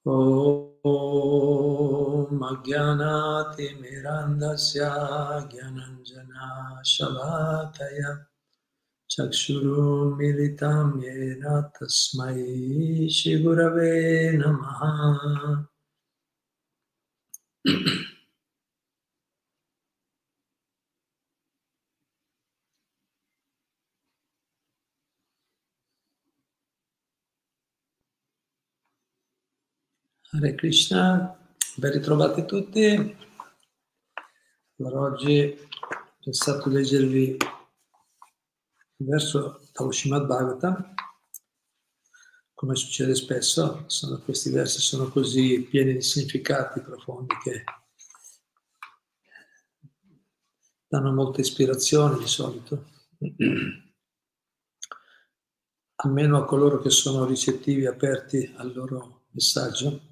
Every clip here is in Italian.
Om Ajnanati Mirandasya Gyananjana Shalakaya Chakshuru Militam Yena Tasmai Shri Gurave Namaha. Hare Krishna, ben ritrovati tutti. Allora, oggi ho pensato di leggervi un verso dallo Srimad Bhagavatam, come succede spesso. Questi versi sono così pieni di significati profondi che danno molta ispirazione di solito, almeno a coloro che sono ricettivi, aperti al loro messaggio,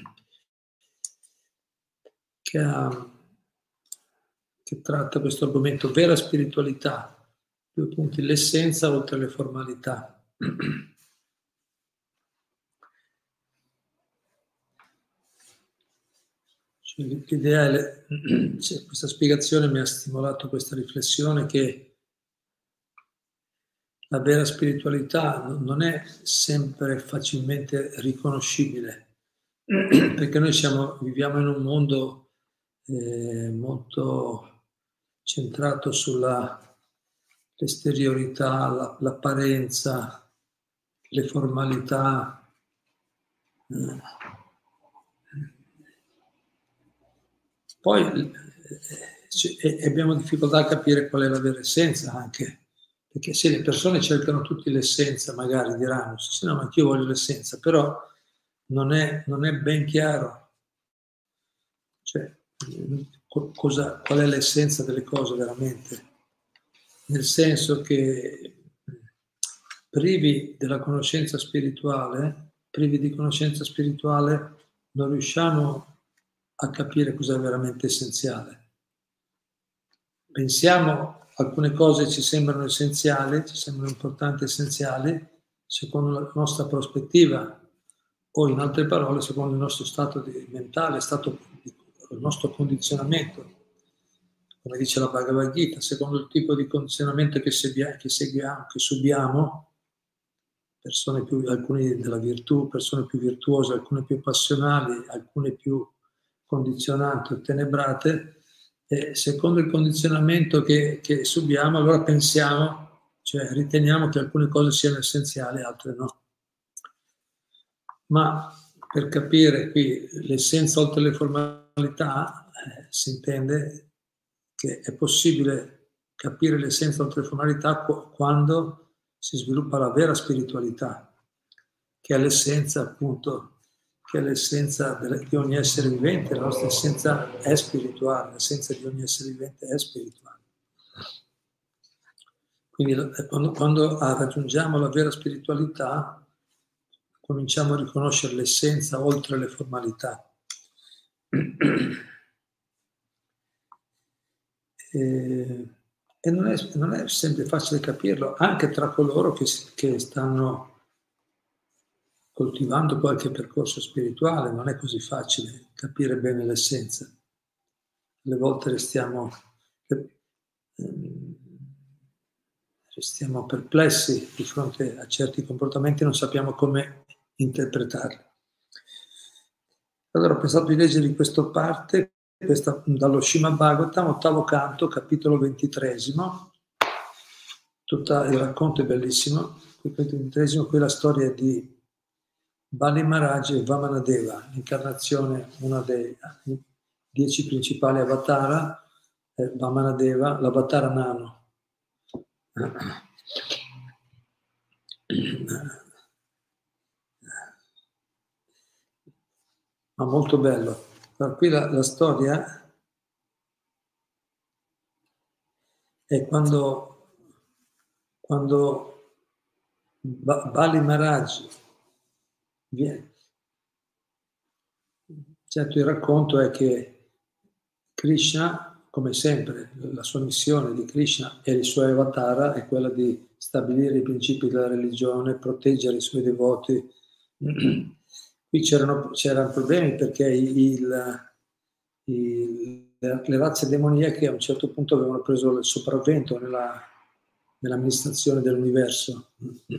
che tratta questo argomento, vera spiritualità, 2 punti, l'essenza oltre le formalità. Cioè, l'idea è, questa spiegazione mi ha stimolato questa riflessione che la vera spiritualità non è sempre facilmente riconoscibile, perché noi viviamo in un mondo molto centrato sull'esteriorità, l'apparenza, le formalità. Poi abbiamo difficoltà a capire qual è la vera essenza anche. Perché se le persone cercano tutti l'essenza, magari diranno, sì, no, ma anch'io voglio l'essenza, però non è ben chiaro, cioè, qual è l'essenza delle cose veramente, nel senso che privi di conoscenza spirituale non riusciamo a capire cos'è veramente essenziale. Pensiamo alcune cose ci sembrano essenziali, ci sembrano importanti, essenziali, secondo la nostra prospettiva, o in altre parole, secondo il nostro stato mentale, il nostro condizionamento. Come dice la Bhagavad Gita, secondo il tipo di condizionamento che subiamo, alcuni della virtù, persone più virtuose, alcune più passionali, alcune più condizionate o tenebrate, secondo il condizionamento che subiamo, allora pensiamo, cioè riteniamo che alcune cose siano essenziali, altre no. Ma per capire qui l'essenza oltre le formalità, si intende che è possibile capire l'essenza oltre le formalità quando si sviluppa la vera spiritualità, che è l'essenza appunto, che è l'essenza di ogni essere vivente. La nostra essenza è spirituale, l'essenza di ogni essere vivente è spirituale. Quindi quando raggiungiamo la vera spiritualità, cominciamo a riconoscere l'essenza oltre le formalità. E non è sempre facile capirlo, anche tra coloro che stanno coltivando qualche percorso spirituale, non è così facile capire bene l'essenza. Alle volte restiamo perplessi di fronte a certi comportamenti e non sappiamo come interpretarli. Allora ho pensato di leggervi questa parte, dallo Srimad Bhagavatam, 8º canto, capitolo 23. Tutto il racconto è bellissimo. Il 23, qui la storia di Bali Maharaj e Vamanadeva, l'incarnazione, una dei 10 principali avatara, Vamanadeva, l'avatara nano. Ma molto bello. Allora, qui la storia è quando Bali Maharaj viene. Certo, il racconto è che Krishna, come sempre, la sua missione di Krishna e i suoi avatara è quella di stabilire i principi della religione, proteggere i suoi devoti. Qui c'erano problemi perché le razze demoniache a un certo punto avevano preso il sopravvento nell'amministrazione dell'universo.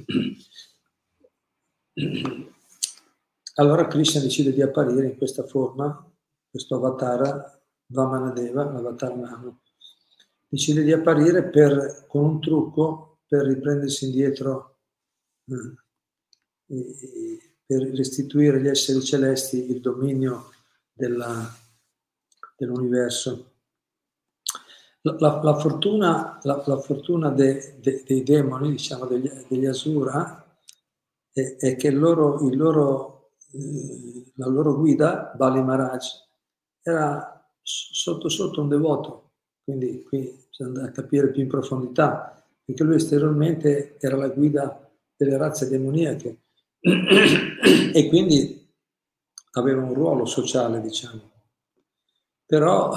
Allora Krishna decide di apparire in questa forma, questo avatar Vamanadeva, l'avatar nano, decide di apparire con un trucco per riprendersi indietro, per restituire agli esseri celesti il dominio dell'universo. La fortuna dei demoni, diciamo degli Asura, è che la loro guida, Bali Maharaj, era sotto un devoto, quindi qui bisogna capire più in profondità, perché lui esteriormente era la guida delle razze demoniache e quindi aveva un ruolo sociale, diciamo. Però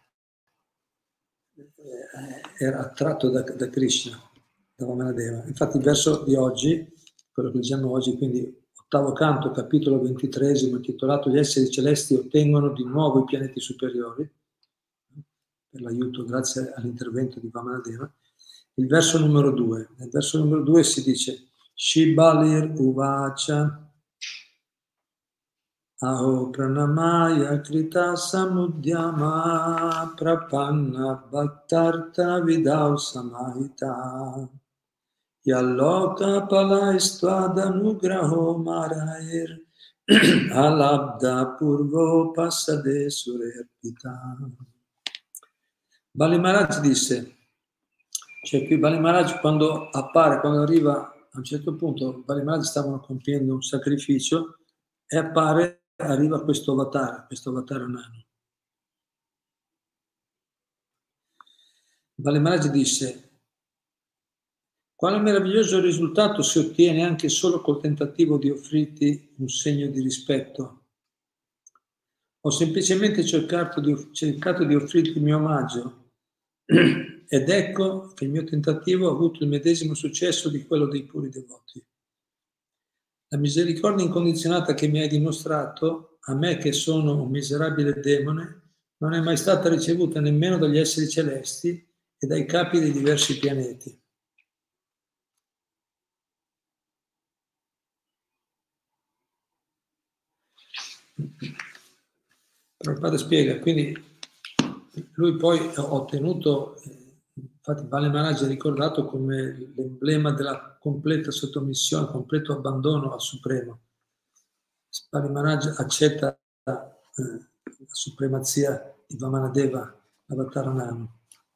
era attratto da Krishna, da Vamanadeva. Infatti il verso di oggi, quello che leggiamo oggi, quindi 8° canto, capitolo 23, intitolato Gli esseri celesti ottengono di nuovo i pianeti superiori, per l'aiuto grazie all'intervento di Vamanadeva. Il verso numero 2. Nel verso numero 2 si dice Shibalir Uvacha Aho pranamaya krita samudhyama prapanna bhaktarta vidau samahita yalloka palaistuadanugraho marair alabda purvo passade surerpita. Bali Maharaj disse, cioè qui Bali Maharaj quando arriva a un certo punto, Bali Maharaj stavano compiendo un sacrificio e arriva questo avatar nano. Bali Maharaj disse, quale meraviglioso risultato si ottiene anche solo col tentativo di offrirti un segno di rispetto. Ho semplicemente cercato di offrirti il mio omaggio ed ecco che il mio tentativo ha avuto il medesimo successo di quello dei puri devoti. La misericordia incondizionata che mi hai dimostrato, a me che sono un miserabile demone, non è mai stata ricevuta nemmeno dagli esseri celesti e dai capi dei diversi pianeti. Prabhupada spiega, quindi lui poi ha ottenuto, infatti Bali Maharaj è ricordato come l'emblema della completa sottomissione, completo abbandono al Supremo. Bali Maharaj accetta la supremazia di Vamanadeva, l'avatar nano.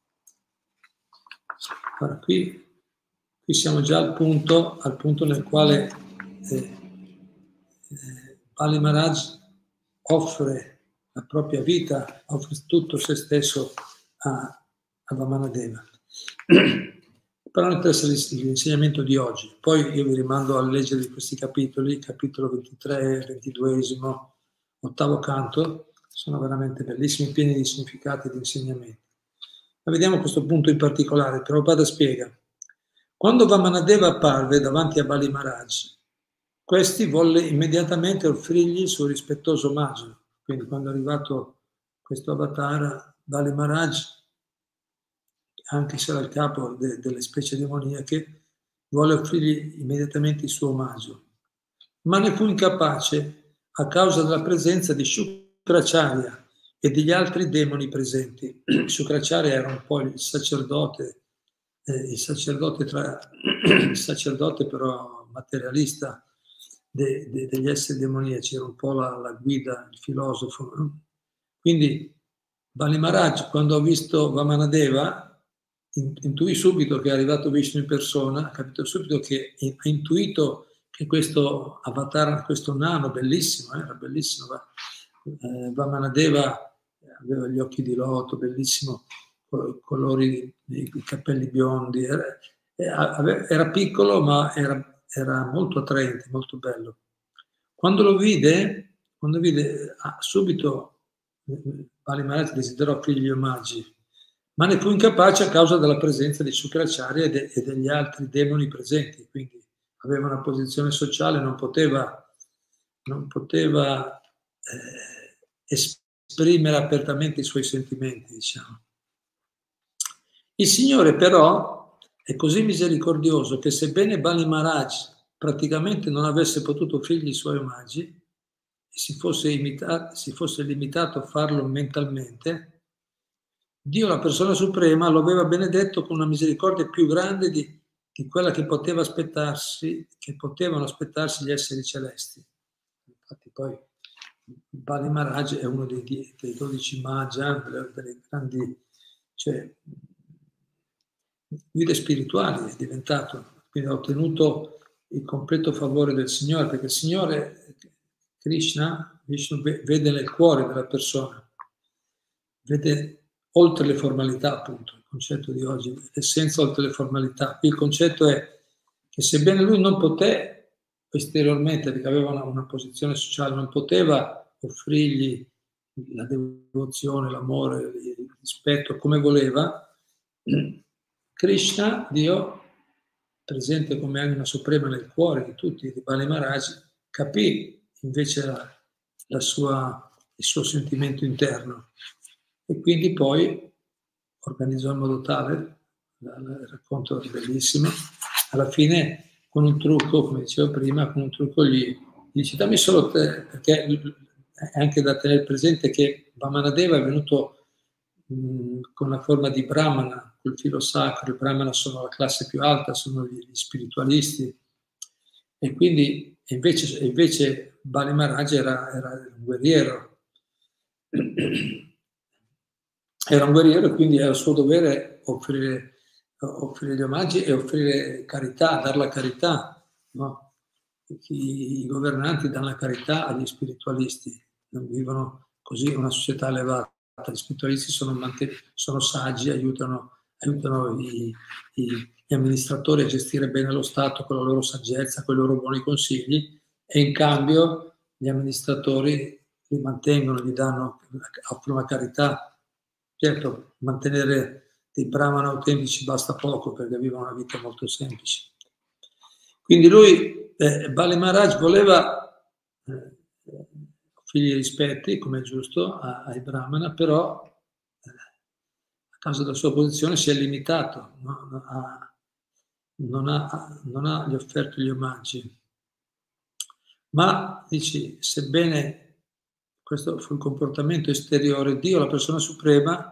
Allora, qui siamo già al punto nel quale Bali Maharaj offre la propria vita, offre tutto se stesso a Vamanadeva. Però non interessa l'insegnamento di oggi. Poi io vi rimando a leggere di questi capitoli, capitolo 23, 22esimo, 8° canto, sono veramente bellissimi, pieni di significati e di insegnamenti. Ma vediamo questo punto in particolare. Prabhupada spiega, quando Vamanadeva apparve davanti a Bali Maharaj, questi volle immediatamente offrirgli il suo rispettoso omaggio. Quindi quando è arrivato questo avatar, Bali Maharaj, anche se era il capo delle specie demoniache, vuole offrirgli immediatamente il suo omaggio. Ma ne fu incapace a causa della presenza di Shukracharya e degli altri demoni presenti. Shukracharya era un po' il sacerdote però materialista degli esseri demoniaci, era un po' la guida, il filosofo. No? Quindi Bali Maharaj, quando ha visto Vamanadeva, intuì subito che è arrivato Vishnu in persona, ha capito subito che ha intuito che questo avatar, questo nano, bellissimo, era bellissimo, Vamanadeva aveva gli occhi di loto, bellissimo, colori, i capelli biondi, era piccolo ma era molto attraente, molto bello. Quando lo vide subito Bali Maharaj desiderò offrirgli omaggi, ma ne fu incapace a causa della presenza di Shukracharya e degli altri demoni presenti, quindi aveva una posizione sociale, non poteva esprimere apertamente i suoi sentimenti, diciamo. Il Signore però è così misericordioso che sebbene Bali Maharaj praticamente non avesse potuto offrirgli i suoi omaggi e si fosse limitato a farlo mentalmente, Dio, la persona suprema, lo aveva benedetto con una misericordia più grande di quella che potevano aspettarsi gli esseri celesti. Infatti poi Bali Maharaj è uno dei 12 Mahajan, delle grandi, cioè, guide spirituali è diventato, quindi ha ottenuto il completo favore del Signore, perché il Signore Krishna, Vishnu, vede nel cuore della persona, vede oltre le formalità, appunto, il concetto di oggi, l'essenza oltre le formalità. Qui il concetto è che sebbene lui non poté esteriormente, perché aveva una posizione sociale, non poteva offrirgli la devozione, l'amore, il rispetto come voleva, Krishna, Dio, presente come anima suprema nel cuore di tutti, di Bali Maharaj, capì invece il suo sentimento interno. E quindi poi organizzò in modo tale, il racconto è bellissimo, alla fine con un trucco, come dicevo prima, con un trucco gli dice dammi solo te, perché è anche da tenere presente che Vamanadeva è venuto con la forma di Brahmana, col filo sacro, i Brahmana sono la classe più alta, sono gli spiritualisti, e quindi invece Bali Maharaj era un guerriero. Era un guerriero e quindi era il suo dovere offrire gli omaggi e offrire carità, dar la carità. No? I governanti danno la carità agli spiritualisti, non vivono così una società elevata. Gli spiritualisti sono saggi, aiutano gli amministratori a gestire bene lo Stato con la loro saggezza, con i loro buoni consigli, e in cambio gli amministratori li mantengono, offrono la carità. Certo, mantenere dei brahmana autentici basta poco perché vivono una vita molto semplice. Quindi lui, Bali Maharaj, voleva offrire i rispetti, come è giusto, ai brahmana, però a causa della sua posizione si è limitato, no? Non ha gli offerto gli omaggi. Ma, dici, sebbene questo fu il comportamento esteriore, Dio, la persona suprema,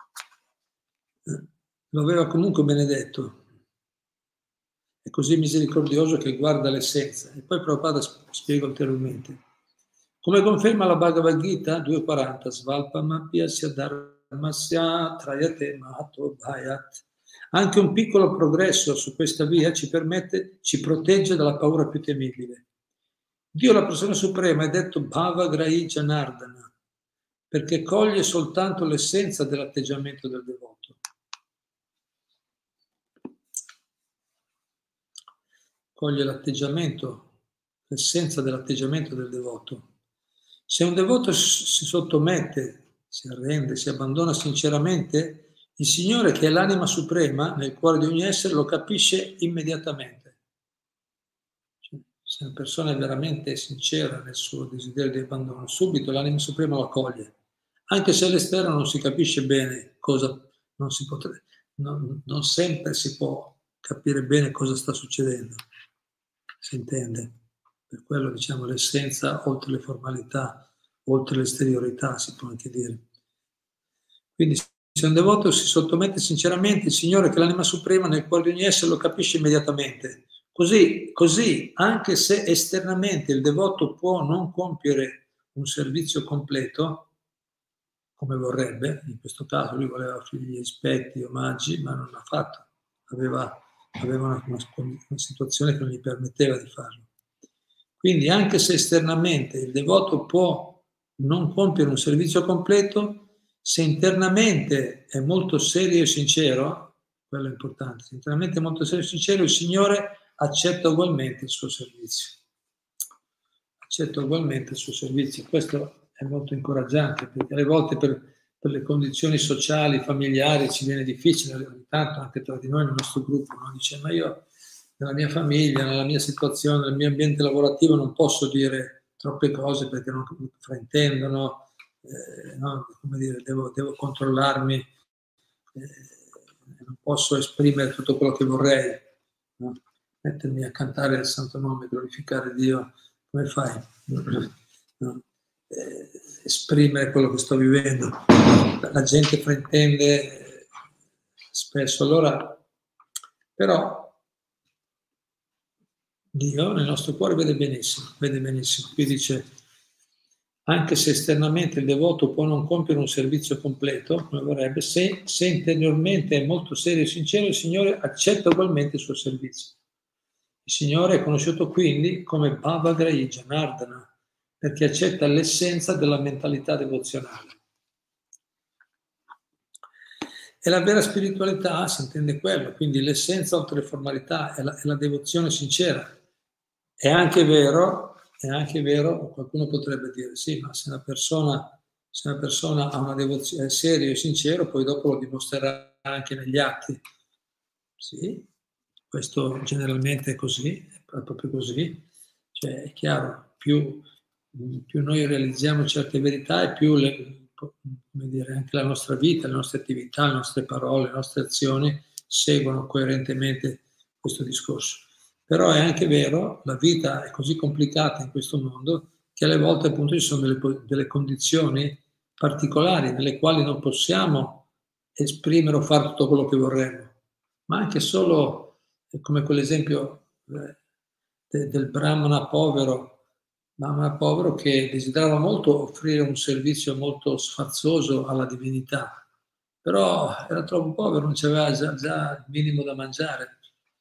lo aveva comunque benedetto. È così misericordioso che guarda l'essenza. E poi Prabhupada spiega ulteriormente. Come conferma la Bhagavad Gita 2.40, Svalpamapyasya dharmasya trayate mahato bhayat. Anche un piccolo progresso su questa via ci protegge dalla paura più temibile. Dio, la persona suprema, è detto Bhava Grahi Janardana, perché coglie soltanto l'essenza dell'atteggiamento del devoto. Coglie l'essenza dell'atteggiamento del devoto. Se un devoto si sottomette, si arrende, si abbandona sinceramente, il Signore, che è l'anima suprema nel cuore di ogni essere, lo capisce immediatamente. Se una persona è veramente sincera nel suo desiderio di abbandono, subito l'anima suprema lo accoglie. Anche se all'esterno non si capisce bene non sempre si può capire bene cosa sta succedendo. Si intende? Per quello, diciamo, l'essenza oltre le formalità, oltre l'esteriorità, si può anche dire. Quindi se un devoto si sottomette sinceramente, il Signore, che è l'anima suprema nel cuore di ogni essere, lo capisce immediatamente. Così, anche se esternamente il devoto può non compiere un servizio completo, come vorrebbe, in questo caso lui voleva offrirgli rispetti, omaggi, ma non l'ha fatto. Aveva una situazione che non gli permetteva di farlo. Quindi anche se esternamente il devoto può non compiere un servizio completo, se internamente è molto serio e sincero, quello è importante, se internamente è molto serio e sincero, il Signore accetta ugualmente il suo servizio. Accetta ugualmente il suo servizio. Questo è molto incoraggiante, perché alle volte per le condizioni sociali, familiari ci viene difficile, ogni tanto anche tra di noi nel nostro gruppo, no? Dice, ma io nella mia famiglia, nella mia situazione, nel mio ambiente lavorativo non posso dire troppe cose perché non fraintendono, no? Come dire, devo controllarmi, non posso esprimere tutto quello che vorrei, no? Mettermi a cantare il santo nome, glorificare Dio, come fai? No? Esprimere quello che sto vivendo. La gente fraintende spesso, allora però Dio nel nostro cuore vede benissimo. Qui dice, anche se esternamente il devoto può non compiere un servizio completo, come vorrebbe, se interiormente è molto serio e sincero, il Signore accetta ugualmente il suo servizio. Il Signore è conosciuto quindi come Bhavagrahi Janardana, perché accetta l'essenza della mentalità devozionale. E la vera spiritualità si intende quello, quindi l'essenza oltre le formalità è la devozione sincera. È anche vero, qualcuno potrebbe dire, sì, ma se una persona ha una devozione, è serio e sincero, poi dopo lo dimostrerà anche negli atti. Sì, questo generalmente è così, è proprio così. Cioè, è chiaro, più noi realizziamo certe verità e più come dire, anche la nostra vita, le nostre attività, le nostre parole, le nostre azioni seguono coerentemente questo discorso. Però è anche vero, la vita è così complicata in questo mondo che alle volte appunto ci sono delle condizioni particolari nelle quali non possiamo esprimere o fare tutto quello che vorremmo, ma anche solo come quell'esempio del Brahmana povero che desiderava molto offrire un servizio molto sfarzoso alla divinità, però era troppo povero, non c'aveva già il minimo da mangiare.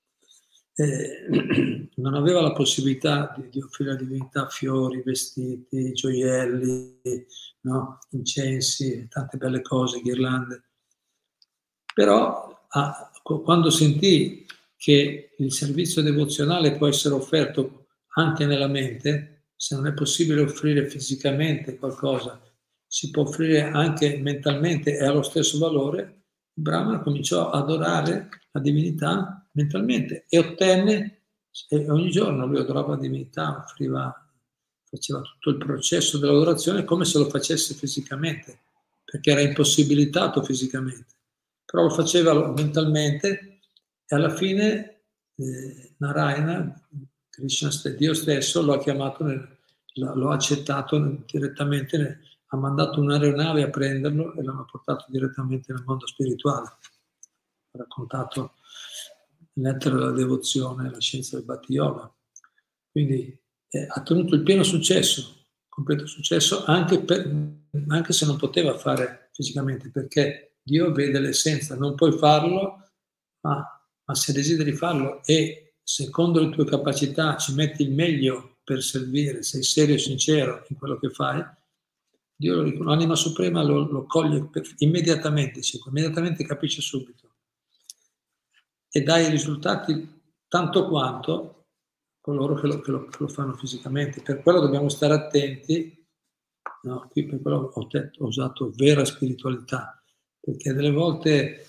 Non aveva la possibilità di offrire alla divinità fiori, vestiti, gioielli, no? Incensi, tante belle cose, ghirlande. Però quando sentì che il servizio devozionale può essere offerto anche nella mente, se non è possibile offrire fisicamente qualcosa, si può offrire anche mentalmente e ha lo stesso valore, Brahma cominciò ad adorare la divinità mentalmente e ottenne, e ogni giorno lui adorava la divinità, faceva tutto il processo dell'adorazione come se lo facesse fisicamente, perché era impossibilitato fisicamente, però lo faceva mentalmente e alla fine Narayana, Krishna, Dio stesso, lo ha chiamato, lo ha accettato direttamente, ha mandato un'aeronave a prenderlo e l'hanno portato direttamente nel mondo spirituale. Ha raccontato l'etere della devozione, la scienza del Bhakti Yoga. Quindi ha ottenuto il pieno successo, completo successo, anche se non poteva fare fisicamente, perché Dio vede l'essenza, non puoi farlo, ma se desideri farlo e secondo le tue capacità ci metti il meglio per servire, sei serio e sincero in quello che fai, Dio l'anima suprema lo coglie immediatamente capisce subito e dà i risultati tanto quanto coloro che lo fanno fisicamente. Per quello dobbiamo stare attenti, no? Qui per quello ho usato vera spiritualità, perché delle volte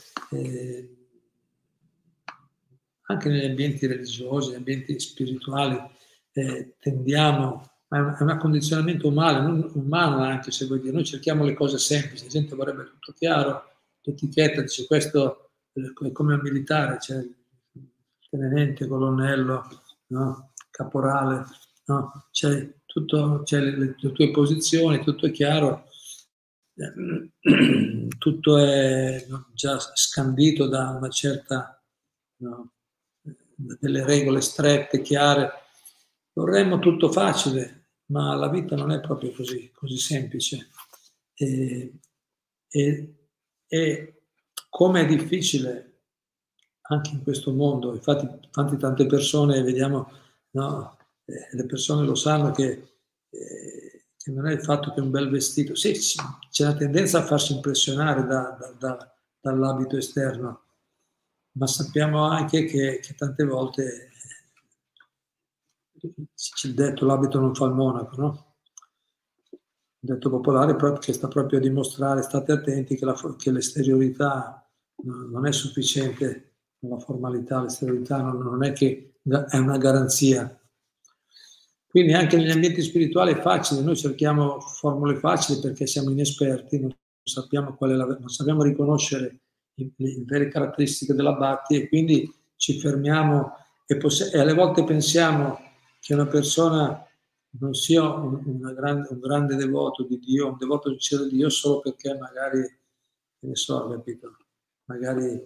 anche negli ambienti religiosi, negli ambienti spirituali, tendiamo, è un condizionamento umano anche, se vuoi dire, noi cerchiamo le cose semplici, la gente vorrebbe tutto chiaro, l'etichetta dice questo è come un militare, c'è il tenente, colonnello, no? Caporale, no? C'è le tue posizioni, tutto è chiaro, tutto è già scandito da una certa, no? Delle regole strette, chiare. Vorremmo tutto facile, ma la vita non è proprio così semplice. E come è difficile anche in questo mondo, infatti tante persone, vediamo, no, le persone lo sanno che non è il fatto che un bel vestito, sì, c'è la tendenza a farsi impressionare dall'abito esterno, ma sappiamo anche che tante volte c'è il detto l'abito non fa il monaco, no? Il detto popolare che sta proprio a dimostrare, state attenti che l'esteriorità non è sufficiente, la formalità, l'esteriorità non è che è una garanzia. Quindi anche negli ambienti spirituali è facile, noi cerchiamo formule facili perché siamo inesperti, non sappiamo non sappiamo riconoscere le vere caratteristiche della Bhakti e quindi ci fermiamo e alle volte pensiamo che una persona non sia un grande devoto di Dio, un devoto sincero di Dio solo perché magari, che ne so, capito? Magari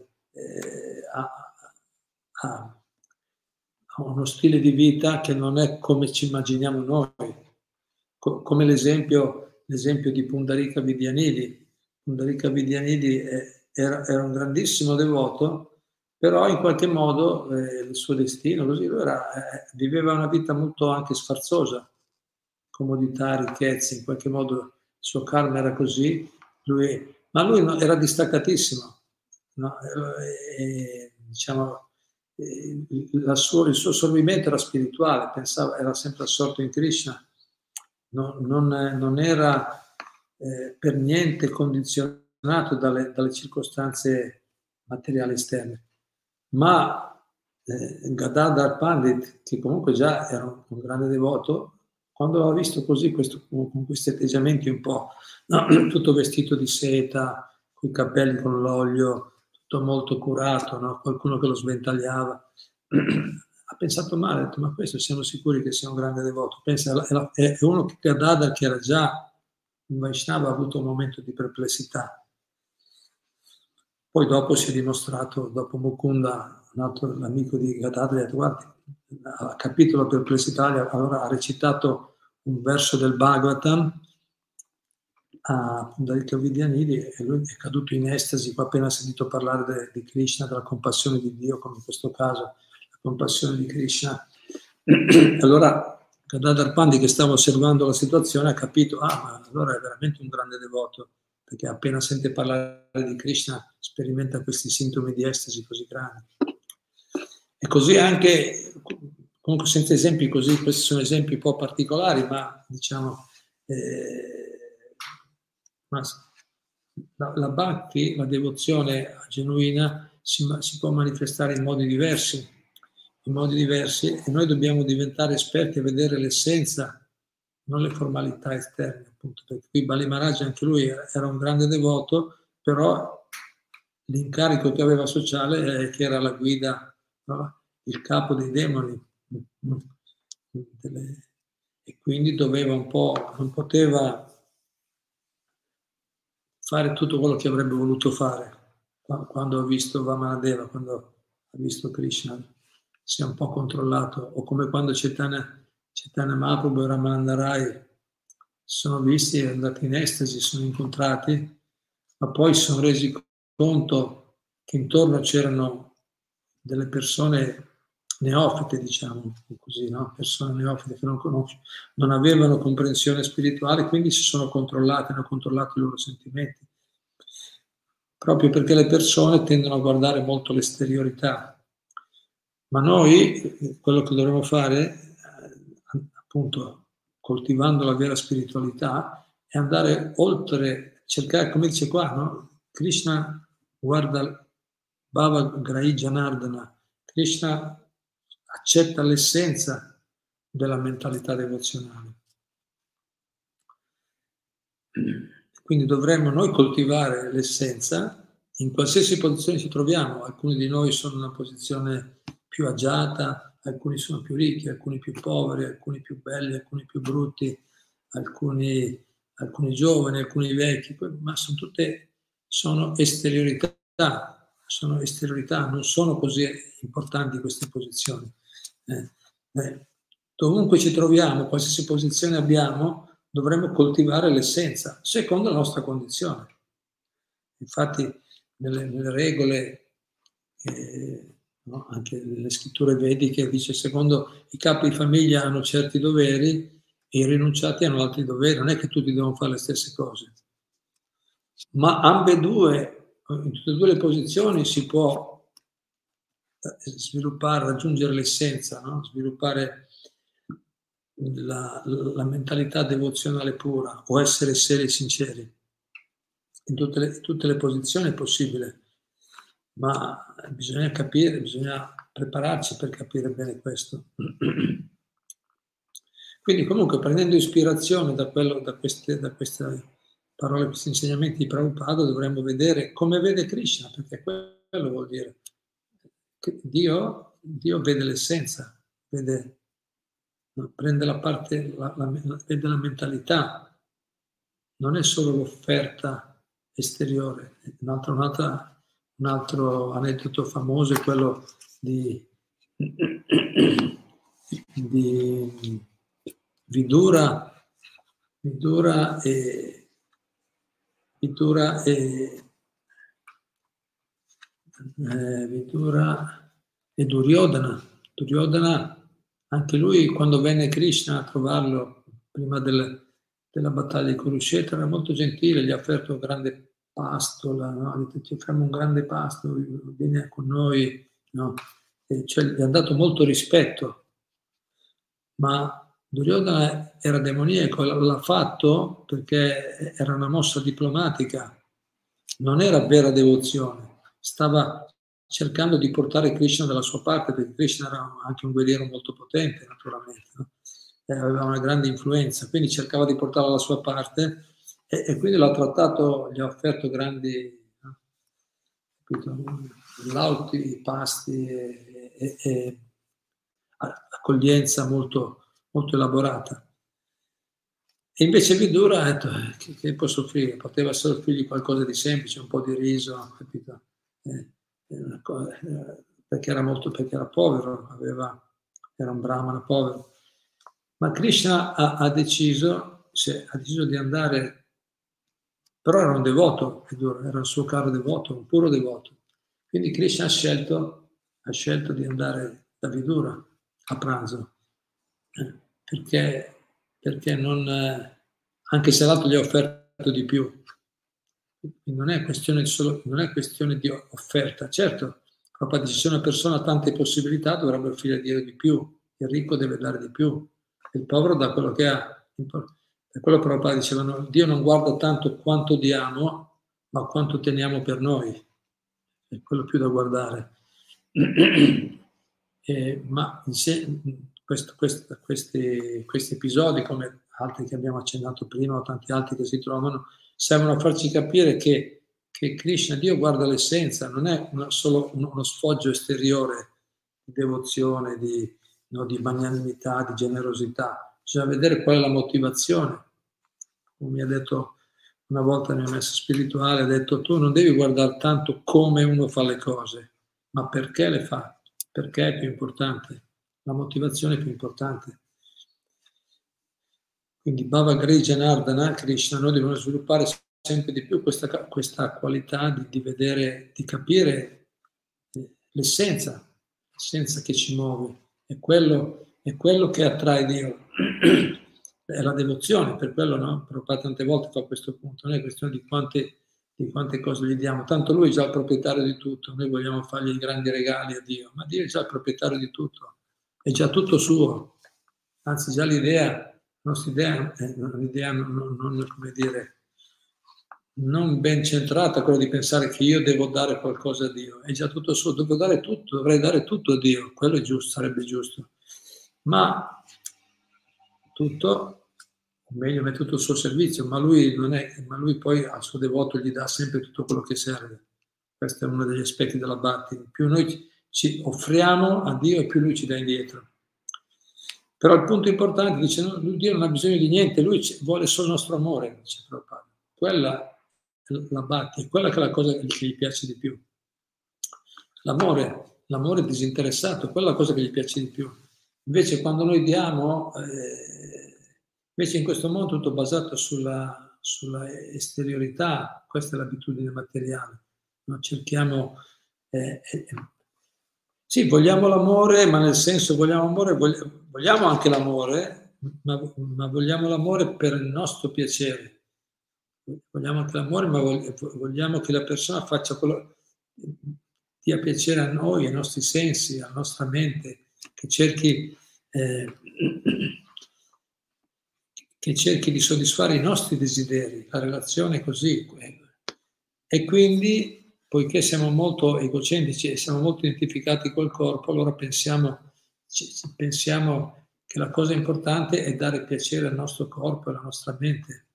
ha uno stile di vita che non è come ci immaginiamo noi, come l'esempio di Pundarika Vidyanidhi. Pundarika Vidyanidhi era un grandissimo devoto, però in qualche modo il suo destino, così lui viveva una vita molto anche sfarzosa, comodità, ricchezze, in qualche modo il suo karma era così, ma lui era distaccatissimo, no? Diciamo, il suo assorbimento era spirituale, era sempre assorto in Krishna, non era per niente condizionato dalle circostanze materiali esterne. Ma Gadadhar Pandit, che comunque già era un grande devoto, quando l'ho visto così, con questi atteggiamenti un po', no? Tutto vestito di seta, con i capelli con l'olio, tutto molto curato, no? Qualcuno che lo sventagliava, ha pensato male, ha detto, ma questo siamo sicuri che sia un grande devoto? Pensa, è uno che Gadadhar, che era già un Vaishnava, ha avuto un momento di perplessità. Poi dopo si è dimostrato, dopo Mukunda, un altro amico di Gadadhar, ha detto, guardi, ha capito la perplessità, allora ha recitato un verso del Bhagavatam a Pundarika Vidyanidhi e lui è caduto in estasi appena sentito parlare di Krishna, della compassione di Dio, come in questo caso la compassione di Krishna. Allora Gadadhar Pandit, che stava osservando la situazione, ha capito, ma allora è veramente un grande devoto, perché appena sente parlare di Krishna sperimenta questi sintomi di estasi così grandi. E così anche, comunque senza esempi così, questi sono esempi un po' particolari, ma diciamo, la bhakti, la devozione genuina, si può manifestare in modi diversi, e noi dobbiamo diventare esperti a vedere l'essenza, non le formalità esterne, appunto, perché qui Bali Maharaj anche lui era un grande devoto, però l'incarico che aveva sociale che era la guida, no? Il capo dei demoni, e quindi doveva non poteva fare tutto quello che avrebbe voluto fare quando ha visto Vamanadeva, quando ha visto Krishna, si è un po' controllato, o come quando Chaitanya Mahaprabhu e Ramananda Rai sono visti, è andati in estasi, sono incontrati, ma poi si sono resi conto che intorno c'erano delle persone neofite, diciamo così, no? Persone neofite che non avevano comprensione spirituale, quindi si sono controllate, hanno controllato i loro sentimenti. Proprio perché le persone tendono a guardare molto l'esteriorità. Ma noi, quello che dovremmo fare, appunto, coltivando la vera spiritualità, è andare oltre, cercare, come dice qua, no? Krishna guarda Bhava Grahi Janardana, Krishna accetta l'essenza della mentalità devozionale. Quindi dovremmo noi coltivare l'essenza in qualsiasi posizione ci troviamo. Alcuni di noi sono in una posizione più agiata, alcuni sono più ricchi, alcuni più poveri, alcuni più belli, alcuni più brutti, alcuni giovani, alcuni vecchi, ma sono esteriorità, non sono così importanti queste posizioni. Dovunque ci troviamo, qualsiasi posizione abbiamo, dovremmo coltivare l'essenza, secondo la nostra condizione. Infatti, nelle regole, no, anche nelle scritture vediche, dice secondo i capi di famiglia hanno certi doveri e i rinunciati hanno altri doveri. Non è che tutti devono fare le stesse cose. Ma ambedue, in tutte e due le posizioni si può sviluppare, raggiungere l'essenza, no? Sviluppare la mentalità devozionale pura, o essere seri e sinceri. In tutte le posizioni è possibile, ma bisogna capire, bisogna prepararci per capire bene questo. Quindi comunque prendendo ispirazione da queste parole, questi insegnamenti di Prabhupada, dovremmo vedere come vede Krishna, perché quello vuol dire che Dio vede l'essenza, vede, prende la parte, vede la mentalità, non è solo l'offerta esteriore. Un altro aneddoto famoso è quello di Vidura e Duryodhana. Duryodhana, anche lui, quando venne Krishna a trovarlo prima della battaglia di Kurukshetra, era molto gentile, gli ha offerto un grande pasto, no? Ha detto: ti offriamo un grande pasto, vieni con noi, no? Cioè, gli ha dato molto rispetto, ma Duryodhana era demoniaco, l'ha fatto perché era una mossa diplomatica, non era vera devozione, stava cercando di portare Krishna dalla sua parte, perché Krishna era anche un guerriero molto potente, naturalmente, no? Aveva una grande influenza, quindi cercava di portarla alla sua parte e quindi l'ha trattato, gli ha offerto grandi, no? Lauti, pasti e accoglienza molto, molto elaborata. E invece Vidura ha detto: che posso offrire? Poteva solo offrirgli qualcosa di semplice, un po' di riso, capito? Perché era povero, era un brahmana povero. Ma Krishna ha deciso di andare, però era un devoto, era il suo caro devoto, un puro devoto. Quindi Krishna ha scelto di andare da Vidura a pranzo, perché non, anche se l'altro gli ha offerto di più. Non è questione di offerta. Certo, proprio dice: se una persona ha tante possibilità dovrebbe offrire a Dio di più, il ricco deve dare di più, il povero dà quello che ha. Per quello Prabhupada diceva: no, Dio non guarda tanto quanto diamo, ma quanto teniamo per noi. È quello più da guardare. Ma questi episodi, come altri che abbiamo accennato prima o tanti altri che si trovano, servono a farci capire che Krishna, Dio, guarda l'essenza, non è solo uno sfoggio esteriore di devozione, di magnanimità, di generosità. Bisogna vedere qual è la motivazione. Come mi ha detto una volta il mio maestro spirituale, ha detto: tu non devi guardare tanto come uno fa le cose, ma perché le fa, perché è più importante, la motivazione è più importante. Quindi Bhava Gri Janardana Krishna, noi dobbiamo sviluppare sempre di più questa qualità di vedere, di capire l'essenza che ci muove, è quello che attrae Dio, è la devozione, per quello, no? Prabhupada tante volte fa questo punto, non è questione di quante cose gli diamo, tanto lui è già il proprietario di tutto, noi vogliamo fargli i grandi regali a Dio, ma Dio è già il proprietario di tutto, è già tutto suo, anzi già la nostra idea è un'idea non, come dire, non ben centrata, quella di pensare che io devo dare qualcosa a Dio, è già tutto suo, dovrei dare tutto a Dio, quello è giusto, sarebbe giusto, ma tutto, o meglio, è tutto il suo servizio, ma lui poi al suo devoto gli dà sempre tutto quello che serve. Questo è uno degli aspetti della Bhakti. Più noi ci offriamo a Dio e più lui ci dà indietro. Però il punto importante dice: no, Dio non ha bisogno di niente, lui vuole solo il nostro amore, dice Prabhupada. Quella è la Bhakti, è quella che è la cosa che gli piace di più. L'amore disinteressato, quella è la cosa che gli piace di più. Invece quando noi diamo, invece in questo mondo tutto basato sulla esteriorità, questa è l'abitudine materiale. No? Cerchiamo, sì, vogliamo l'amore, ma nel senso vogliamo anche l'amore, ma vogliamo l'amore per il nostro piacere. Vogliamo anche l'amore, ma vogliamo che la persona faccia quello, dia piacere a noi, ai nostri sensi, alla nostra mente, che cerchi di soddisfare i nostri desideri. La relazione è così. E quindi, poiché siamo molto egocentrici e siamo molto identificati col corpo, allora pensiamo che la cosa importante è dare piacere al nostro corpo e alla nostra mente.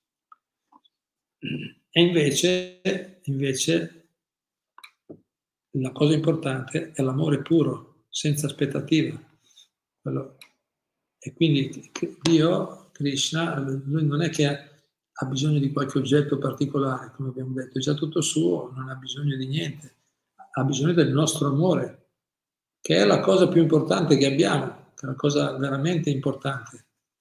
E invece la cosa importante è l'amore puro, senza aspettativa. E quindi Dio, Krishna, lui non è che ha bisogno di qualche oggetto particolare, come abbiamo detto, è già tutto suo, non ha bisogno di niente, ha bisogno del nostro amore, che è la cosa più importante che abbiamo, che è la cosa veramente importante.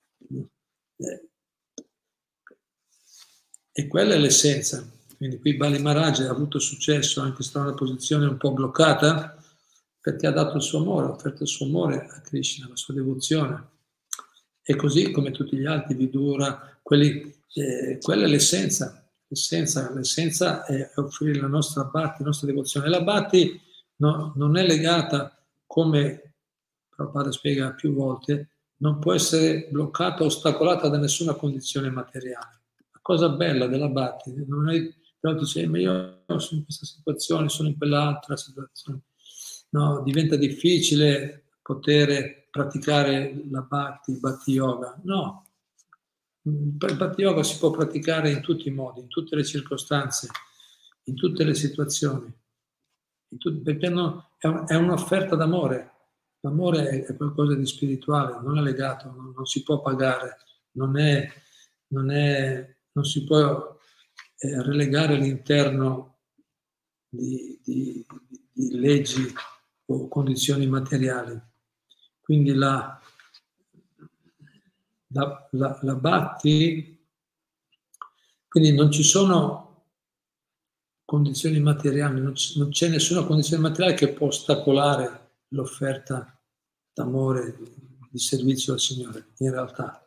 E quella è l'essenza. Quindi qui Bali Maharaj ha avuto successo, anche se sta in una posizione un po' bloccata, perché ha dato il suo amore, ha offerto il suo amore a Krishna, la sua devozione. E così come tutti gli altri Vidura, quella è l'essenza. L'essenza è offrire la nostra bhakti, la nostra devozione. E la bhakti non è legata, come Prabhupada spiega più volte, non può essere bloccata o ostacolata da nessuna condizione materiale. La cosa bella della bhakti non è che dice, ma io sono in questa situazione, sono in quell'altra situazione. No, diventa difficile poter praticare la bhakti, il bhakti yoga. No, il bhakti yoga si può praticare in tutti i modi, in tutte le circostanze, in tutte le situazioni, perché è un'offerta d'amore. L'amore è qualcosa di spirituale, non è legato, non si può pagare, non si può relegare all'interno di leggi o condizioni materiali. Quindi la bhakti, quindi non ci sono condizioni materiali, non c'è nessuna condizione materiale che può ostacolare l'offerta d'amore, di servizio al Signore, in realtà.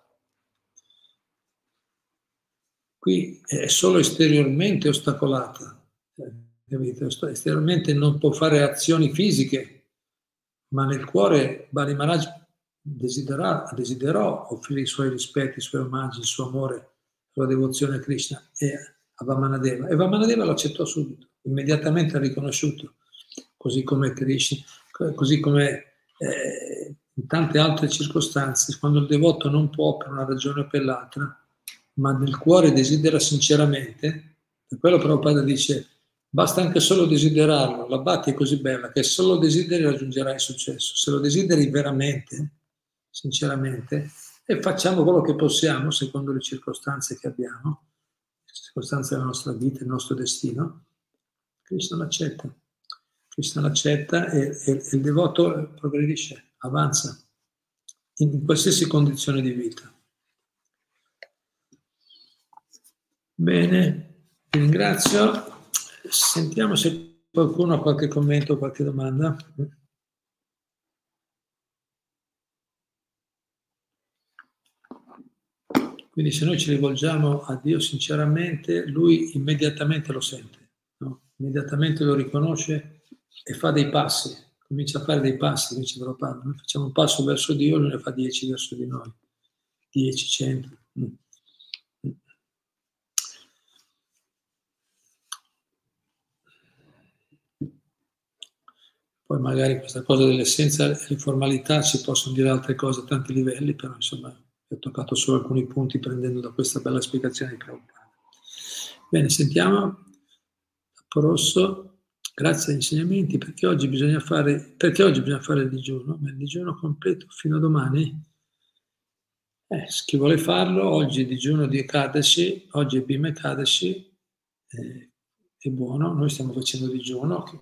Qui è solo esteriormente ostacolata, capito? Esteriormente non può fare azioni fisiche, ma nel cuore Bali Maharaj desiderò offrire i suoi rispetti, i suoi omaggi, il suo amore, la sua devozione a Krishna e a Vamanadeva. E Vamanadeva lo accettò subito, immediatamente ha riconosciuto, così come Krishna, così come in tante altre circostanze, quando il devoto non può per una ragione o per l'altra, ma nel cuore desidera sinceramente, per quello Prabhupada dice, basta anche solo desiderarlo, la bhakti è così bella che se lo desideri raggiungerai il successo, se lo desideri veramente, sinceramente, e facciamo quello che possiamo secondo le circostanze che abbiamo, le circostanze della nostra vita, il nostro destino, Krishna l'accetta. Krishna l'accetta e il devoto progredisce, avanza in qualsiasi condizione di vita. Bene, vi ringrazio. Sentiamo se qualcuno ha qualche commento o qualche domanda. Quindi se noi ci rivolgiamo a Dio sinceramente, Lui immediatamente lo sente, no? Immediatamente lo riconosce e fa dei passi, comincia a fare dei passi, dice Prabhupada. Noi facciamo un passo verso Dio, Lui ne fa 10 verso di noi, 10, 100. Poi magari questa cosa dell'essenza e le formalità si possono dire altre cose a tanti livelli, però insomma ho toccato solo alcuni punti prendendo da questa bella spiegazione di Prabhupada. Bene, sentiamo. Rosso, grazie agli insegnamenti, perché oggi bisogna fare il digiuno? Ma il digiuno completo fino a domani? Chi vuole farlo, oggi è digiuno di Ekadashi, oggi è Bhima Ekadashi, è buono, noi stiamo facendo digiuno,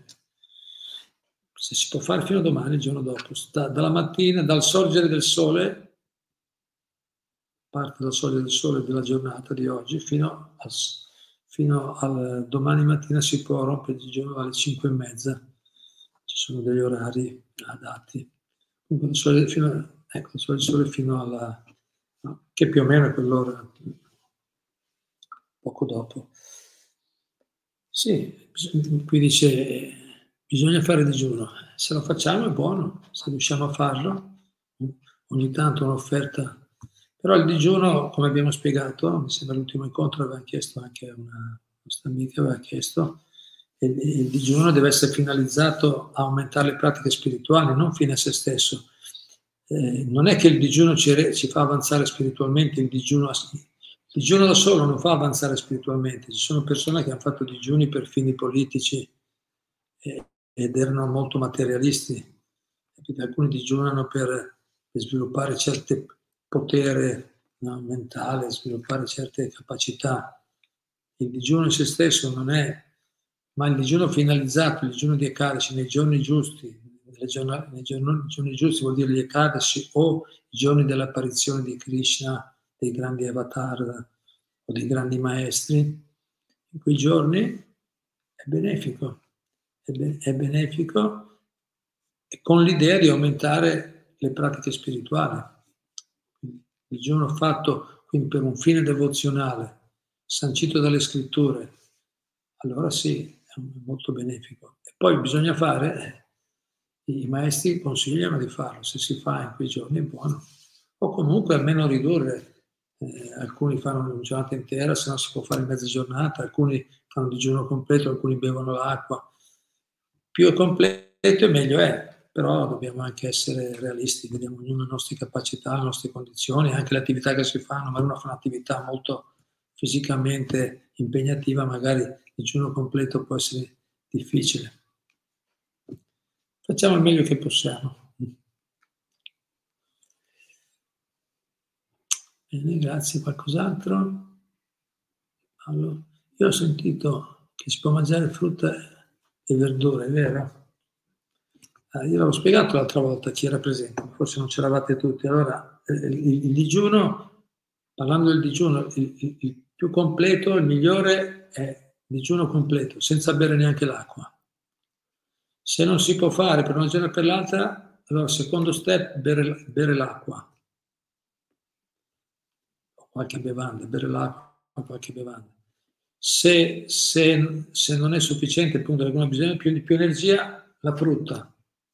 se si può fare fino a domani, il giorno dopo, dalla mattina, dal sorgere del sole, parte dal sorgere del sole della giornata di oggi, fino al domani mattina si può rompere il digiuno alle 5:30, ci sono degli orari adatti. Comunque il sole fino alla, no, che più o meno è quell'ora, poco dopo. Sì, qui dice bisogna fare digiuno, se lo facciamo è buono, se riusciamo a farlo, ogni tanto un'offerta, però il digiuno, come abbiamo spiegato, mi sembra l'ultimo incontro aveva chiesto anche una nostra amica, aveva chiesto, il digiuno deve essere finalizzato a aumentare le pratiche spirituali, non fine a se stesso. non è che il digiuno ci fa avanzare spiritualmente, il digiuno da solo non fa avanzare spiritualmente. Ci sono persone che hanno fatto digiuni per fini politici ed erano molto materialisti, perché alcuni digiunano per sviluppare certi potere, no, mentale, sviluppare certe capacità. Il digiuno in se stesso non è, ma il digiuno finalizzato, il digiuno di Ekadashi nei giorni giusti, nei giorni giusti vuol dire gli Ekadashi o i giorni dell'apparizione di Krishna, dei grandi avatar o dei grandi maestri. In quei giorni è benefico, è benefico con l'idea di aumentare le pratiche spirituali. Il giorno fatto quindi per un fine devozionale, sancito dalle scritture, allora sì, è molto benefico. E poi bisogna fare, i maestri consigliano di farlo, se si fa in quei giorni è buono, o comunque almeno ridurre. Alcuni fanno una giornata intera, se no si può fare in mezza giornata, alcuni fanno digiuno completo, alcuni bevono l'acqua. Più è completo e meglio è, però dobbiamo anche essere realisti, vediamo ognuno le nostre capacità, le nostre condizioni, anche le attività che si fanno, ma uno fa un'attività molto fisicamente impegnativa, magari il digiuno completo può essere difficile. Facciamo il meglio che possiamo. Bene, grazie. Qualcos'altro? Allora, io ho sentito che si può mangiare frutta e verdura, è vero? Io l'avevo spiegato l'altra volta a chi era presente, forse non c'eravate tutti. Allora, il digiuno, parlando del digiuno, il più completo, il migliore è il digiuno completo, senza bere neanche l'acqua. Se non si può fare per una giornata o per l'altra, allora secondo step, bere l'acqua. O qualche bevanda, bere l'acqua o qualche bevanda. Se non è sufficiente, appunto, perché uno ha bisogno di più energia, la frutta.